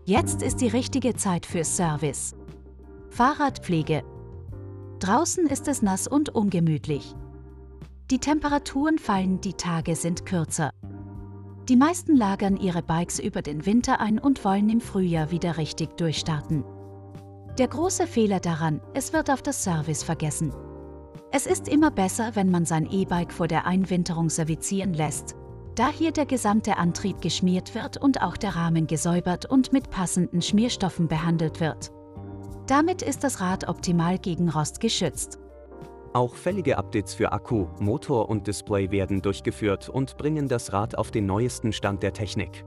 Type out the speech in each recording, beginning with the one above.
Jetzt ist die richtige Zeit für Service. Fahrradpflege. Draußen ist es nass und ungemütlich. Die Temperaturen fallen, die Tage sind kürzer. Die meisten lagern ihre Bikes über den Winter ein und wollen im Frühjahr wieder richtig durchstarten. Der große Fehler daran, es wird auf das Service vergessen. Es ist immer besser, wenn man sein E-Bike vor der Einwinterung servizieren lässt, da hier der gesamte Antrieb geschmiert wird und auch der Rahmen gesäubert und mit passenden Schmierstoffen behandelt wird. Damit ist das Rad optimal gegen Rost geschützt. Auch fällige Updates für Akku, Motor und Display werden durchgeführt und bringen das Rad auf den neuesten Stand der Technik.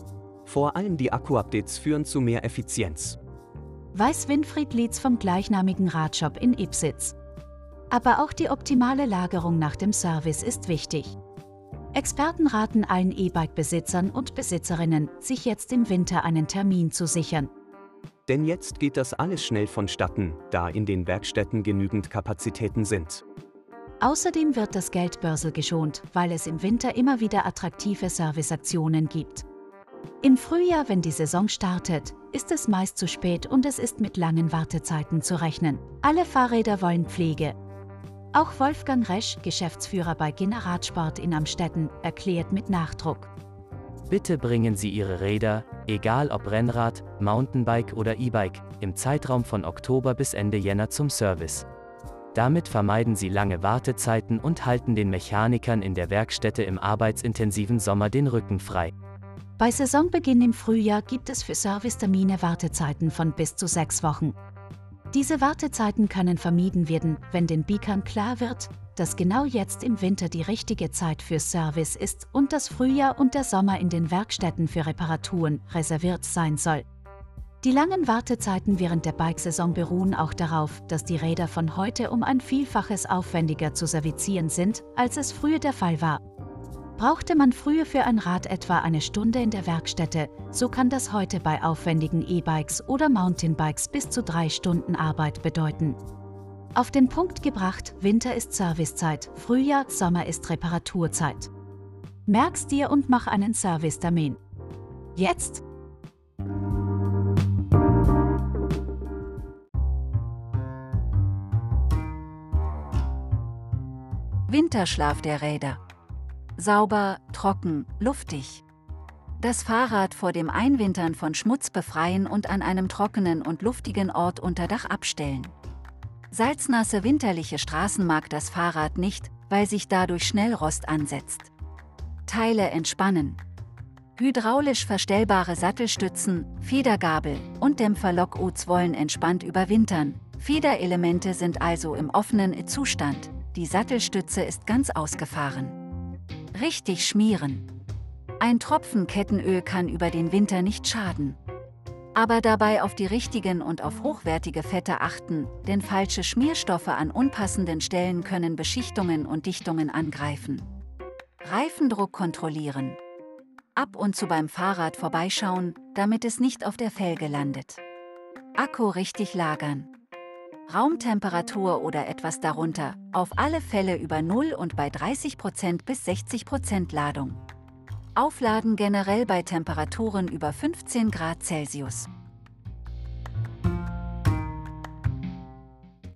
Vor allem die Akku-Updates führen zu mehr Effizienz. Weiß Winfried Lietz vom gleichnamigen Radshop in Ipsitz. Aber auch die optimale Lagerung nach dem Service ist wichtig. Experten raten allen E-Bike-Besitzern und Besitzerinnen, sich jetzt im Winter einen Termin zu sichern. Denn jetzt geht das alles schnell vonstatten, da in den Werkstätten genügend Kapazitäten sind. Außerdem wird das Geldbörsel geschont, weil es im Winter immer wieder attraktive Serviceaktionen gibt. Im Frühjahr, wenn die Saison startet, ist es meist zu spät und es ist mit langen Wartezeiten zu rechnen. Alle Fahrräder wollen Pflege. Auch Wolfgang Resch, Geschäftsführer bei Ginna Radsport in Amstetten, erklärt mit Nachdruck: Bitte bringen Sie Ihre Räder, egal ob Rennrad, Mountainbike oder E-Bike, im Zeitraum von Oktober bis Ende Jänner zum Service. Damit vermeiden Sie lange Wartezeiten und halten den Mechanikern in der Werkstätte im arbeitsintensiven Sommer den Rücken frei. Bei Saisonbeginn im Frühjahr gibt es für Servicetermine Wartezeiten von bis zu 6 Wochen. Diese Wartezeiten können vermieden werden, wenn den Bikern klar wird, dass genau jetzt im Winter die richtige Zeit für Service ist und das Frühjahr und der Sommer in den Werkstätten für Reparaturen reserviert sein soll. Die langen Wartezeiten während der Bikesaison beruhen auch darauf, dass die Räder von heute um ein Vielfaches aufwendiger zu servizieren sind, als es früher der Fall war. Brauchte man früher für ein Rad etwa eine Stunde in der Werkstätte, so kann das heute bei aufwendigen E-Bikes oder Mountainbikes bis zu 3 Stunden Arbeit bedeuten. Auf den Punkt gebracht, Winter ist Servicezeit, Frühjahr, Sommer ist Reparaturzeit. Merk's dir und mach einen Servicetermin. Jetzt! Winterschlaf der Räder. Sauber, trocken, luftig. Das Fahrrad vor dem Einwintern von Schmutz befreien und an einem trockenen und luftigen Ort unter Dach abstellen. Salznasse winterliche Straßen mag das Fahrrad nicht, weil sich dadurch schnell Rost ansetzt. Teile entspannen. Hydraulisch verstellbare Sattelstützen, Federgabel und Dämpfer Lockuts wollen entspannt überwintern. Federelemente sind also im offenen Zustand. Die Sattelstütze ist ganz ausgefahren. Richtig schmieren. Ein Tropfen Kettenöl kann über den Winter nicht schaden. Aber dabei auf die richtigen und auf hochwertige Fette achten, denn falsche Schmierstoffe an unpassenden Stellen können Beschichtungen und Dichtungen angreifen. Reifendruck kontrollieren. Ab und zu beim Fahrrad vorbeischauen, damit es nicht auf der Felge landet. Akku richtig lagern. Raumtemperatur oder etwas darunter, auf alle Fälle über 0 und bei 30% bis 60% Ladung. Aufladen generell bei Temperaturen über 15 Grad Celsius.